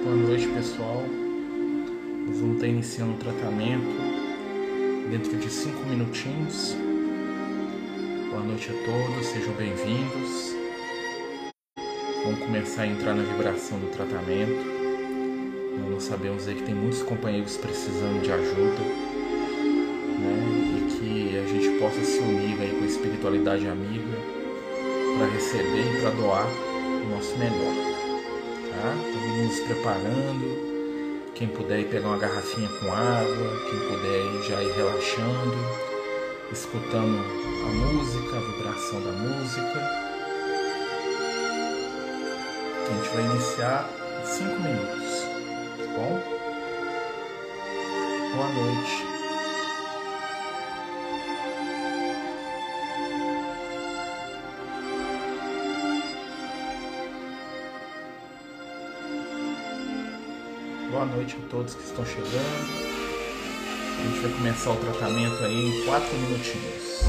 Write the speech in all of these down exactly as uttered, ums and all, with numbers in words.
Boa noite, pessoal. Nós vamos estar iniciando o tratamento dentro de cinco minutinhos. Boa noite a todos, sejam bem-vindos. Vamos começar a entrar na vibração do tratamento. Nós sabemos aí que tem muitos companheiros precisando de ajuda, né? E que a gente possa se unir aí com a espiritualidade amiga para receber e para doar o nosso melhor. Tá? Todo mundo se preparando. Quem puder ir pegar uma garrafinha com água, quem puder ir já ir relaxando, escutando a música, a vibração da música. A gente vai iniciar em cinco minutos, tá bom? Boa noite. Boa noite a todos que estão chegando. A gente vai começar o tratamento aí em quatro minutinhos.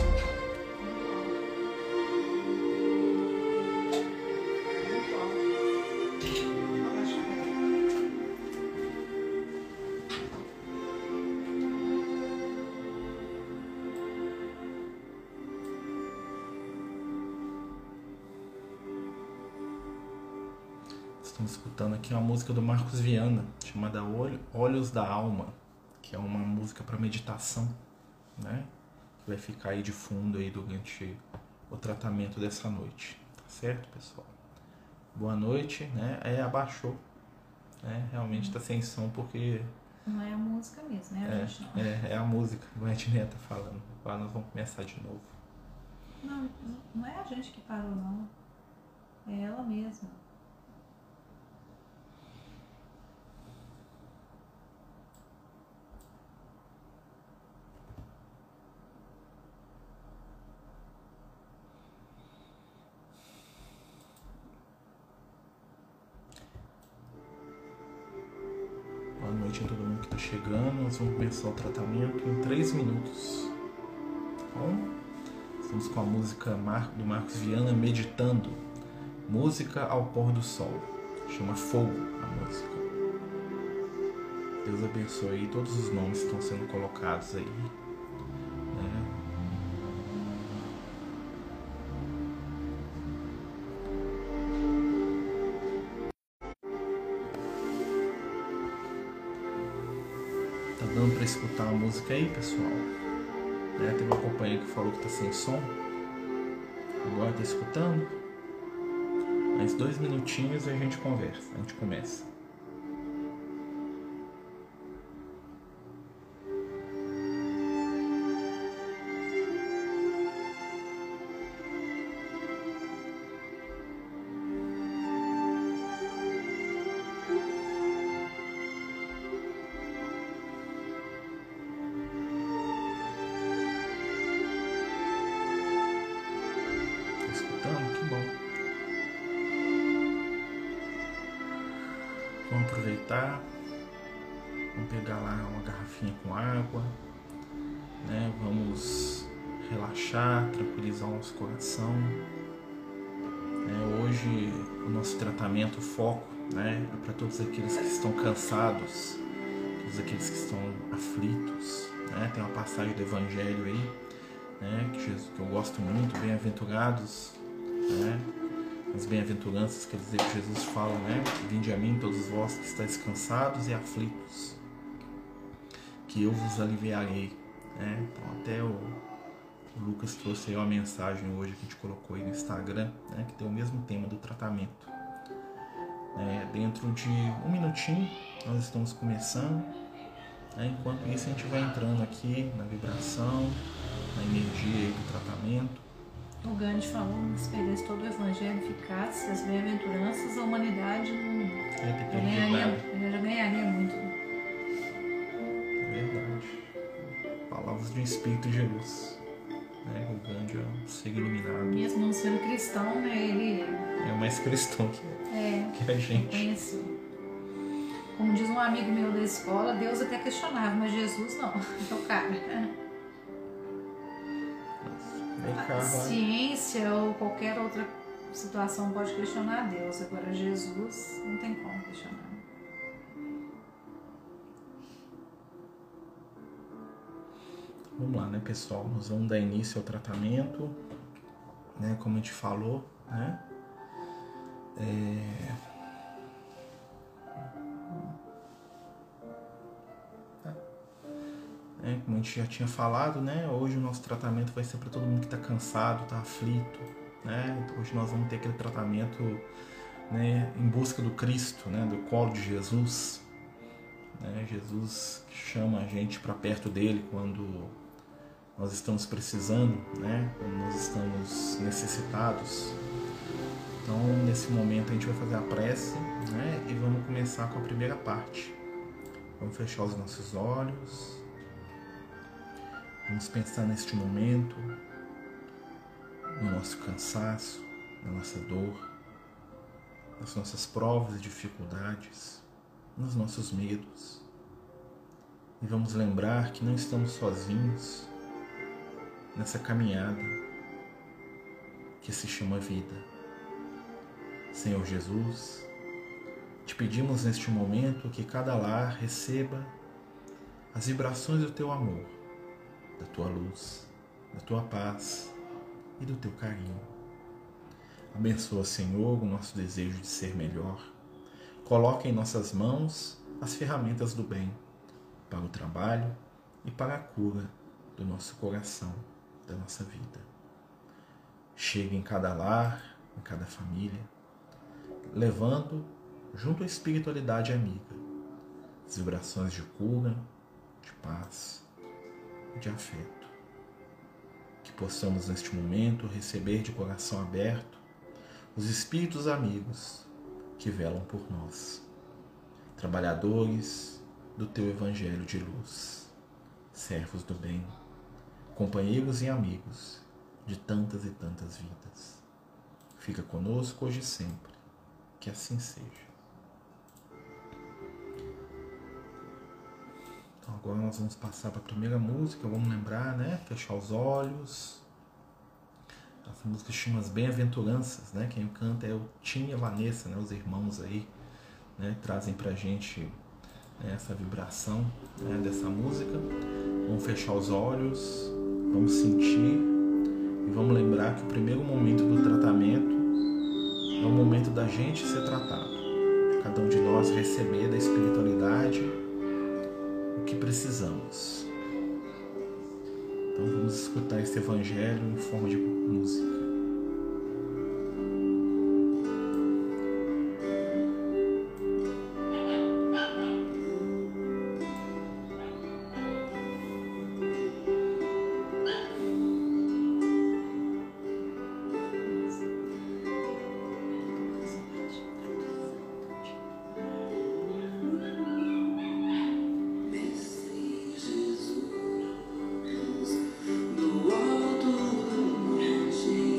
Estamos escutando aqui uma música do Marcos Viana, chamada Olhos da Alma, que é uma música para meditação, né? Que vai ficar aí de fundo aí durante o tratamento dessa noite, tá certo, pessoal? Boa noite, né? É, abaixou, né? Realmente tá sem som porque... Não é a música mesmo, né? A é, gente não. é, é a música, como a Edneia tá falando. Agora nós vamos começar de novo. Não, não é a gente que parou, não. É ela mesma. Boa noite a todo mundo que está chegando. Nós vamos começar o tratamento em três minutos. Tá bom? Estamos com a música do Marcos Viana, Meditando. Música ao pôr do sol. Chama Fogo a música. Deus abençoe todos os nomes que estão sendo colocados aí. Né? Tá dando pra escutar a música aí, pessoal? Né? Tem uma companheira que falou que tá sem som. Agora tá escutando? Mais dois minutinhos e a gente conversa, a gente começa. Vamos aproveitar, vamos pegar lá uma garrafinha com água, né? Vamos relaxar, tranquilizar o nosso coração. Né? Hoje o nosso tratamento, o foco, né? É para todos aqueles que estão cansados, todos aqueles que estão aflitos. Né? Tem uma passagem do Evangelho aí, né? que, Jesus, que eu gosto muito, bem-aventurados, né? As bem-aventuranças, quer dizer que Jesus fala, né? Vinde a mim todos vós que estáis cansados e aflitos, que eu vos aliviarei. Né? Então até o, o Lucas trouxe aí uma mensagem hoje que a gente colocou aí no Instagram, né? Que tem o mesmo tema do tratamento. É, dentro de um minutinho nós estamos começando. Né? Enquanto isso a gente vai entrando aqui na vibração, na energia aí do tratamento. O Gandhi falou uma experiência todo o evangelho eficaz, as bem-aventuranças, a humanidade não É, já ganharia, já ganharia muito. É verdade. Palavras de um espírito de luz. Né? O Gandhi é um ser iluminado. Mesmo não sendo cristão, né? Ele é mais cristão que, é, que a gente. Conheci. Como diz um amigo meu da escola, Deus até questionava, mas Jesus não. Então, cara. A ciência ou qualquer outra situação pode questionar Deus, agora Jesus não tem como questionar. Vamos lá, né, pessoal? Nós vamos dar início ao tratamento, né? Como a gente falou, né? É... É, como a gente já tinha falado, né? Hoje o nosso tratamento vai ser para todo mundo que está cansado, está aflito, né? Então, hoje nós vamos ter aquele tratamento, né, em busca do Cristo, né? Do colo de Jesus, né? Jesus chama a gente para perto dele quando nós estamos precisando, né? Quando nós estamos necessitados. Então, nesse momento a gente vai fazer a prece, né? E vamos começar com a primeira parte. Vamos fechar os nossos olhos. Vamos pensar neste momento, no nosso cansaço, na nossa dor, nas nossas provas e dificuldades, nos nossos medos. E vamos lembrar que não estamos sozinhos nessa caminhada que se chama vida. Senhor Jesus, te pedimos neste momento que cada lar receba as vibrações do teu amor, da tua luz, da tua paz e do teu carinho. Abençoa, Senhor, o nosso desejo de ser melhor. Coloca em nossas mãos as ferramentas do bem para o trabalho e para a cura do nosso coração, da nossa vida. Chega em cada lar, em cada família, levando junto à espiritualidade amiga as vibrações de cura, de paz, de afeto. Que possamos neste momento receber de coração aberto os espíritos amigos que velam por nós, trabalhadores do teu evangelho de luz, servos do bem, companheiros e amigos de tantas e tantas vidas. Fica conosco hoje e sempre, que assim seja. Então agora nós vamos passar para a primeira música, vamos lembrar, né? Fechar os olhos. Essa música chama As Bem-aventuranças, né? Quem canta é o Tim e a Vanessa, né? Os irmãos aí, né? Trazem pra gente, né, essa vibração, né, dessa música. Vamos fechar os olhos, vamos sentir e vamos lembrar que o primeiro momento do tratamento é o momento da gente ser tratado, de cada um de nós receber da espiritualidade o que precisamos. Então vamos escutar esse evangelho em forma de música. Do alto do monte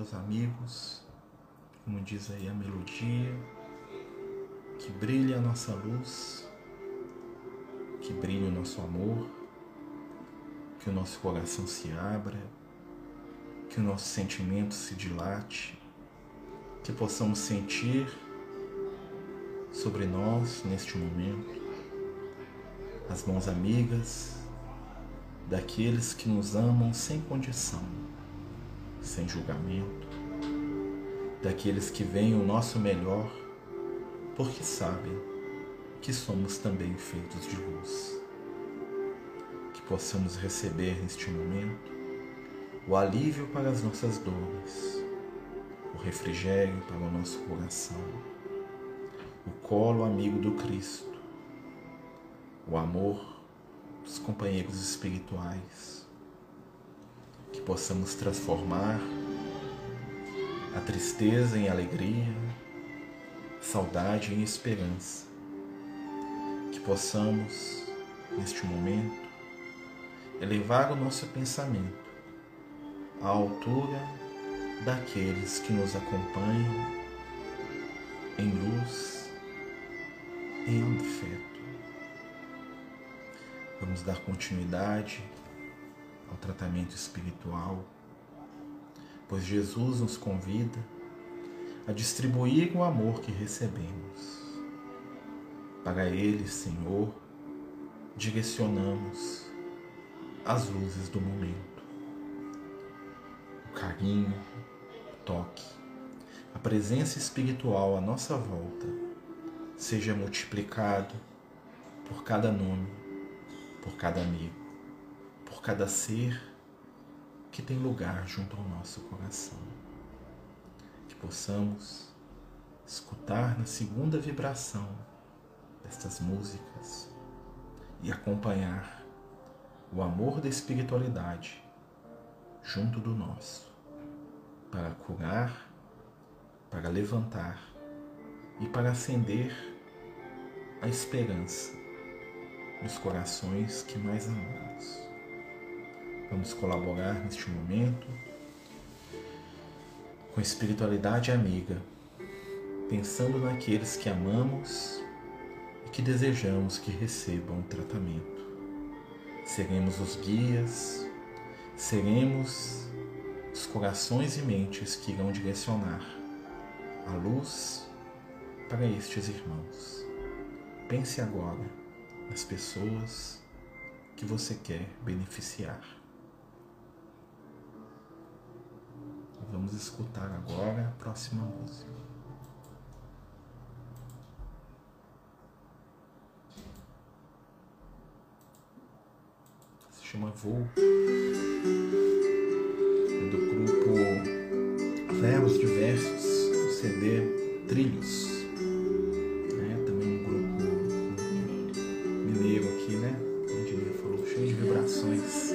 meus amigos, como diz aí a melodia, que brilhe a nossa luz, que brilhe o nosso amor, que o nosso coração se abra, que o nosso sentimento se dilate, que possamos sentir sobre nós, neste momento, as mãos amigas daqueles que nos amam sem condição, sem julgamento, daqueles que veem o nosso melhor porque sabem que somos também feitos de luz. Que possamos receber neste momento o alívio para as nossas dores, o refrigério para o nosso coração, o colo amigo do Cristo, o amor dos companheiros espirituais, que possamos transformar a tristeza em alegria, a saudade em esperança, que possamos, neste momento, elevar o nosso pensamento à altura daqueles que nos acompanham em luz, em afeto. Vamos dar continuidade ao tratamento espiritual, pois Jesus nos convida a distribuir o amor que recebemos. Para Ele, Senhor, direcionamos as luzes do momento. O carinho, o toque, a presença espiritual à nossa volta seja multiplicado por cada nome, por cada amigo, por cada ser que tem lugar junto ao nosso coração. Que possamos escutar na segunda vibração destas músicas e acompanhar o amor da espiritualidade junto do nosso, para curar, para levantar e para acender a esperança nos corações que mais amamos. Vamos colaborar neste momento com a espiritualidade amiga, pensando naqueles que amamos e que desejamos que recebam o tratamento. Seremos os guias, seremos os corações e mentes que irão direcionar a luz para estes irmãos. Pense agora nas pessoas que você quer beneficiar. Vamos escutar agora a próxima música. Se chama Voo. É do grupo Verbos Diversos, do C D Trilhos. É também um grupo mineiro aqui, né? Como a Dina falou, cheio de vibrações.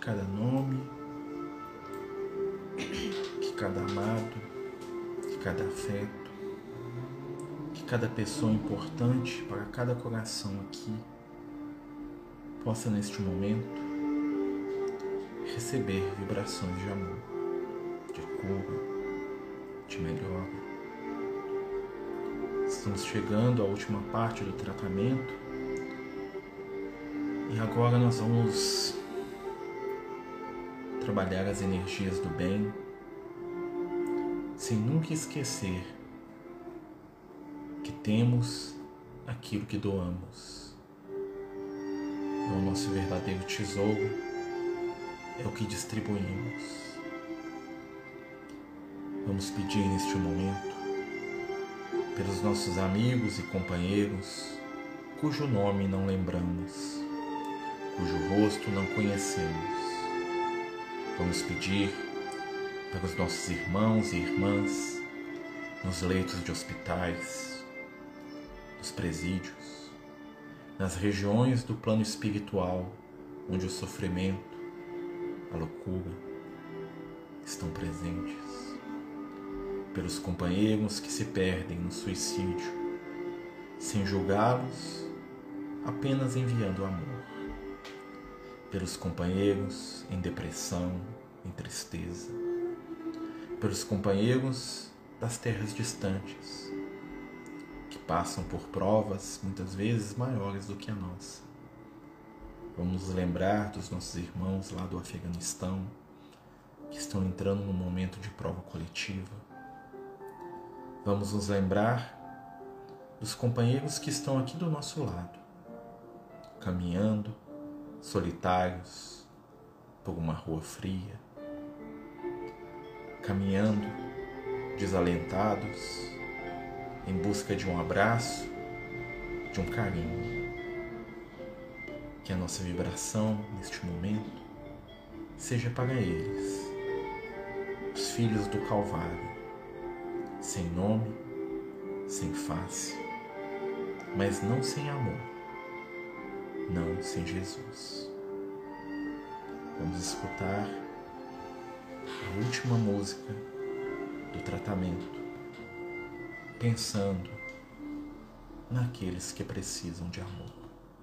cada nome, que cada amado, que cada afeto, que cada pessoa importante para cada coração aqui possa neste momento receber vibrações de amor, de cura, de melhora. Estamos chegando à última parte do tratamento e agora nós vamos trabalhar as energias do bem, sem nunca esquecer que temos aquilo que doamos. É o nosso verdadeiro tesouro, é o que distribuímos. Vamos pedir neste momento pelos nossos amigos e companheiros cujo nome não lembramos, cujo rosto não conhecemos. Vamos pedir para os nossos irmãos e irmãs nos leitos de hospitais, nos presídios, nas regiões do plano espiritual onde o sofrimento, a loucura estão presentes, pelos companheiros que se perdem no suicídio, sem julgá-los, apenas enviando amor, pelos companheiros em depressão, em tristeza, pelos companheiros das terras distantes, que passam por provas muitas vezes maiores do que a nossa. Vamos nos lembrar dos nossos irmãos lá do Afeganistão, que estão entrando num momento de prova coletiva. Vamos nos lembrar dos companheiros que estão aqui do nosso lado, caminhando, solitários, por uma rua fria, caminhando, desalentados, em busca de um abraço, de um carinho. Que a nossa vibração, neste momento, seja para eles, os filhos do Calvário, sem nome, sem face, mas não sem amor, não sem Jesus. Vamos escutar a última música do tratamento, pensando naqueles que precisam de amor.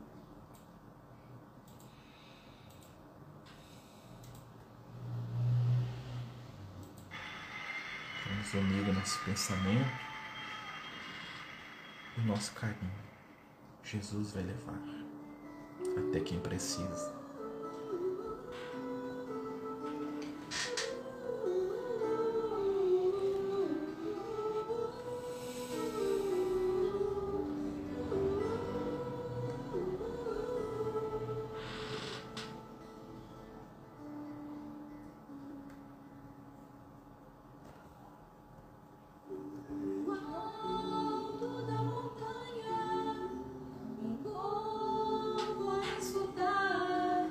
Vamos unir o nosso pensamento e o nosso carinho. Jesus vai levar até quem precisa. Escutar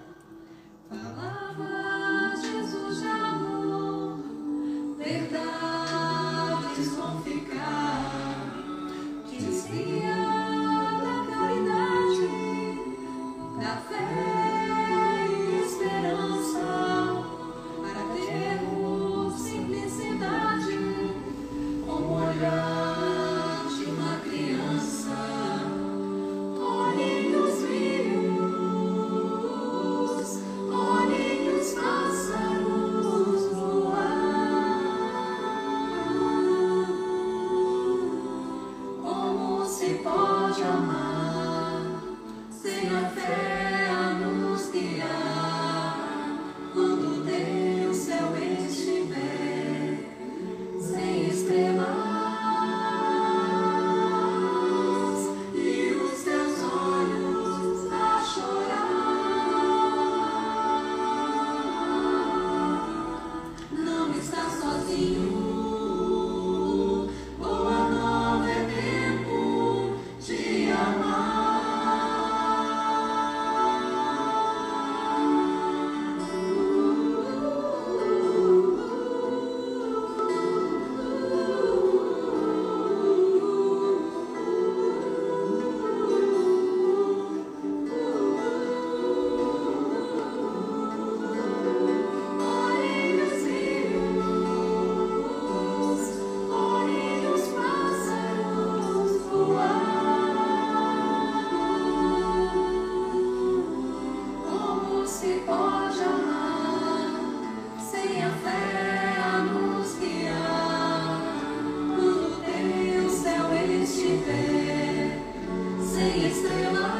se pode amar sem a fé a nos guiar? Quando teu céu estiver sem estrelas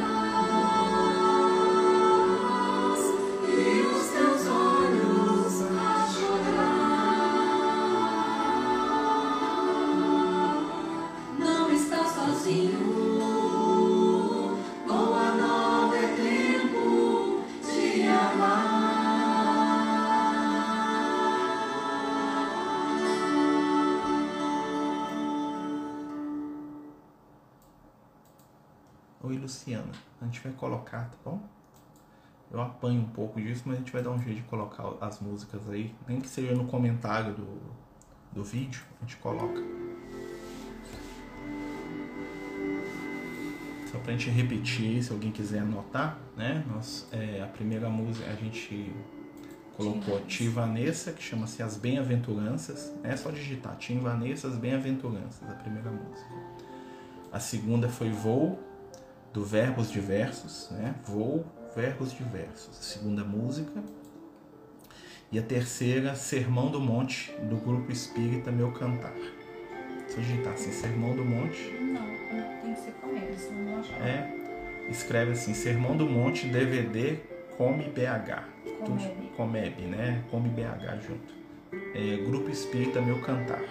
e os teus olhos a chorar, não estás sozinho. Boa nova é tempo de amar. Oi, Luciana. A gente vai colocar, tá bom? Eu apanho um pouco disso, mas a gente vai dar um jeito de colocar as músicas aí. Nem que seja no comentário do, do vídeo, a gente coloca. Só pra gente repetir, se alguém quiser anotar, né? Nós, é, a primeira música a gente colocou Tim Vanessa, que chama-se As Bem-aventuranças. É só digitar, Tim Vanessa, As Bem-aventuranças, a primeira música. A segunda foi Voo, do Verbos Diversos, né? Voo, Verbos Diversos, a segunda música. E a terceira, Sermão do Monte, do Grupo Espírita Meu Cantar. Só digitar assim, Sermão do Monte. Não, tem que ser com eles, não vou achar. É, escreve assim, Sermão do Monte, D V D, Come B H. Comeb. Comeb, né? Come B H junto. É, Grupo Espírita Meu Cantar.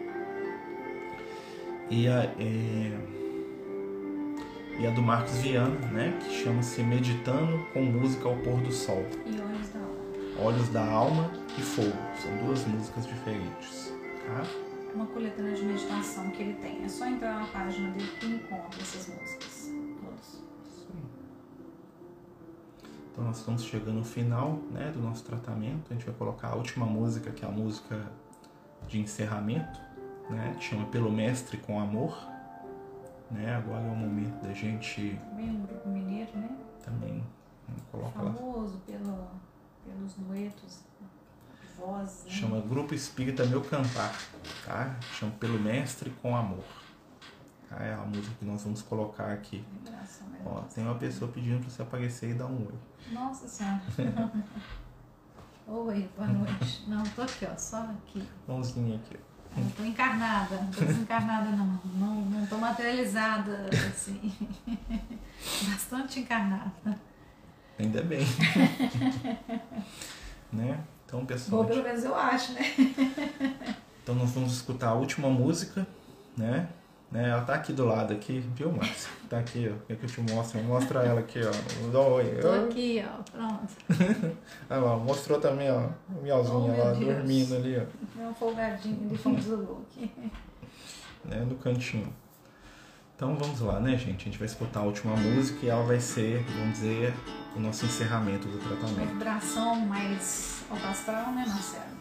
E a, é, e a do Marcos Viana, né? Que chama-se Meditando com Música ao Pôr do Sol. E Olhos da Alma. Olhos da Alma e Fogo. São duas músicas diferentes, tá? Uma coletânea de meditação que ele tem. É só entrar na página dele que encontra essas músicas. Todas. Então nós estamos chegando ao final, né, do nosso tratamento. A gente vai colocar a última música, que é a música de encerramento, né, que chama Pelo Mestre com Amor. Né, agora é o momento da gente... Também um grupo mineiro, né? Também coloca lá. Famoso pelo, pelos duetos de vozes. Né? Chama Grupo Espírita Meu Cantar, tá? Chama Pelo Mestre com Amor. Tá? É a música que nós vamos colocar aqui. Vibração, né? Ó, tem uma pessoa pedindo para você aparecer e dar um oi. Nossa Senhora. Oi, boa noite. Não, tô aqui, ó, só aqui. Mãozinha aqui. Eu tô encarnada, não tô desencarnada não. Não, não tô materializada, assim. Bastante encarnada. Ainda bem. Né? Então, pessoal. Bom, pelo menos eu acho, né? Então nós vamos escutar a última música, né? né? Ela tá aqui do lado aqui, viu, Márcia? Tá aqui, ó. Quer que eu te mostre? Mostra ela aqui, ó. Dá um oi. Tô aqui, ó, pronto. Olha lá, mostrou também, ó. O Mielzinho Oh, lá, Deus. dormindo ali, ó. Deu uma folgadinha de fundo do look. Né? No cantinho. Então vamos lá, né, gente? A gente vai escutar a última música e ela vai ser, vamos dizer, o nosso encerramento do Uma tratamento. vibração mais alto astral, né, Marcelo?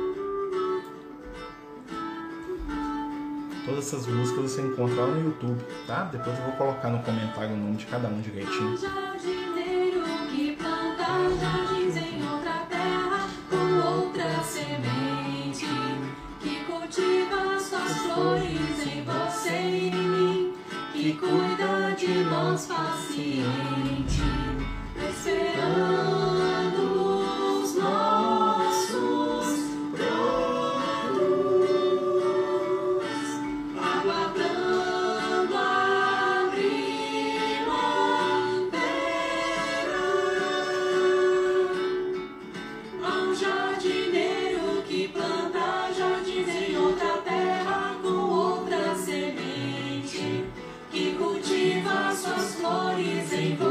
Todas essas músicas você encontra lá no YouTube, tá? Depois eu vou colocar no comentário o nome de cada um direitinho. Jardineiro que planta jardins em outra terra com outra semente, que cultiva suas flores em você e em mim, que cuida de nós paciente, esperando os nossos brotos, aguardando a primavera. Há um jardineiro que planta jardins em outra terra com outra semente, que cultiva suas flores em você.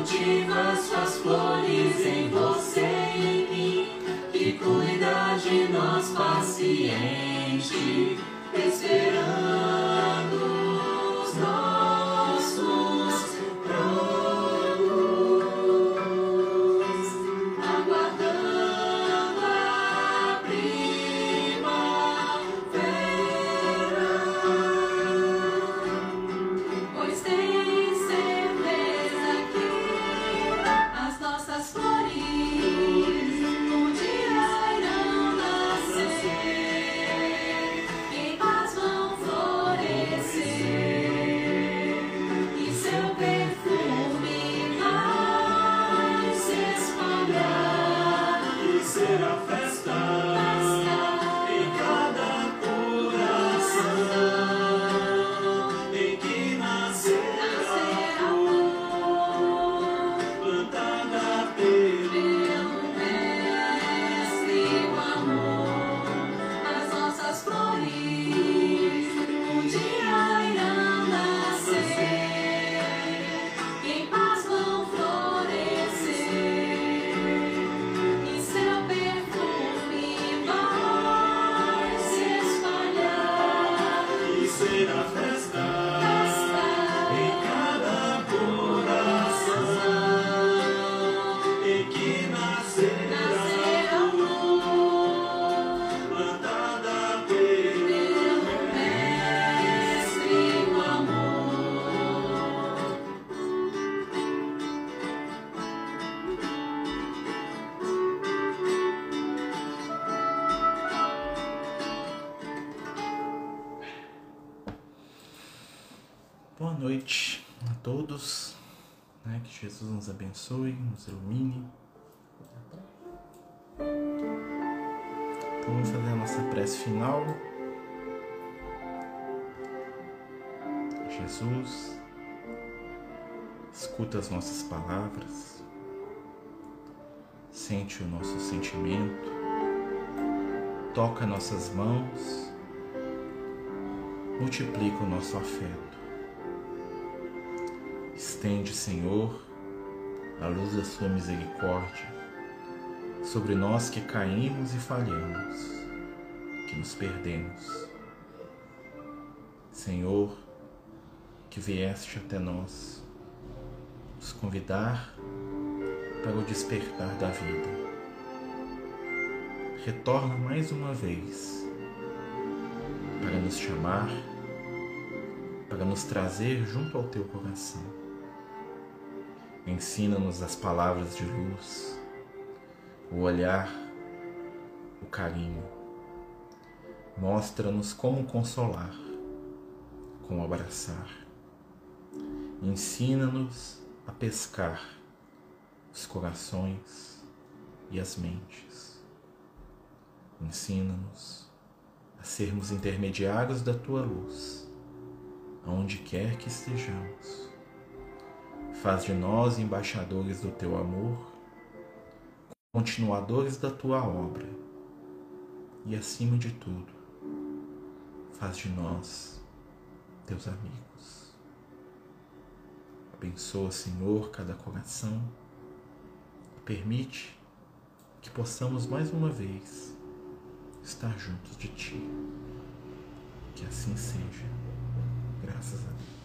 cultiva suas flores em você e em mim, que cuida de nós paciente, esperando os nossos produtos, aguardando a primavera, pois tem certeza que as nossas flores um dia irão nascer, em paz vão florescer, e seu perfume vai se espalhar, E será festa em cada coração, em que nascerá nascerá flor, plantada pelo pelo Mestre o amor. As nossas flores um dia irão nascer, em paz vão florescer, e seu perfume vai se espalhar. E será festa em cada coração, em que nascerá Nascerá flor plantada pelo pelo Mestre o amor. Boa noite a todos, né? Que Jesus nos abençoe, nos ilumine. Então vamos fazer a nossa prece final. Jesus, escuta as nossas palavras, sente o nosso sentimento, toca nossas mãos, multiplica o nosso afeto. Estende, Senhor, a luz da sua misericórdia sobre nós que caímos e falhamos, que nos perdemos. Senhor, que vieste até nós nos convidar para o despertar da vida. Retorna mais uma vez para nos chamar, para nos trazer junto ao teu coração. Ensina-nos as palavras de luz, o olhar, o carinho. Mostra-nos como consolar, como abraçar. Ensina-nos a pescar os corações e as mentes. Ensina-nos a sermos intermediários da tua luz, aonde quer que estejamos. Faz de nós embaixadores do teu amor, continuadores da tua obra e, acima de tudo, faz de nós teus amigos. Abençoa, Senhor, cada coração e permite que possamos mais uma vez estar juntos de Ti. Que assim seja, graças a Deus.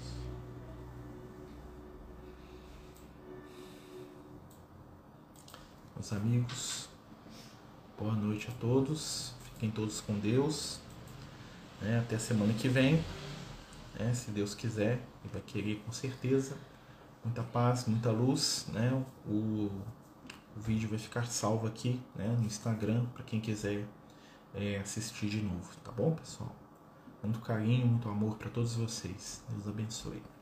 Meus amigos, boa noite a todos, fiquem todos com Deus, né? Até a semana que vem, né? Se Deus quiser, e vai querer com certeza, muita paz, muita luz, né? O, o vídeo vai ficar salvo aqui, né, no Instagram, para quem quiser é, assistir de novo, tá bom, pessoal? Muito carinho, muito amor para todos vocês, Deus abençoe.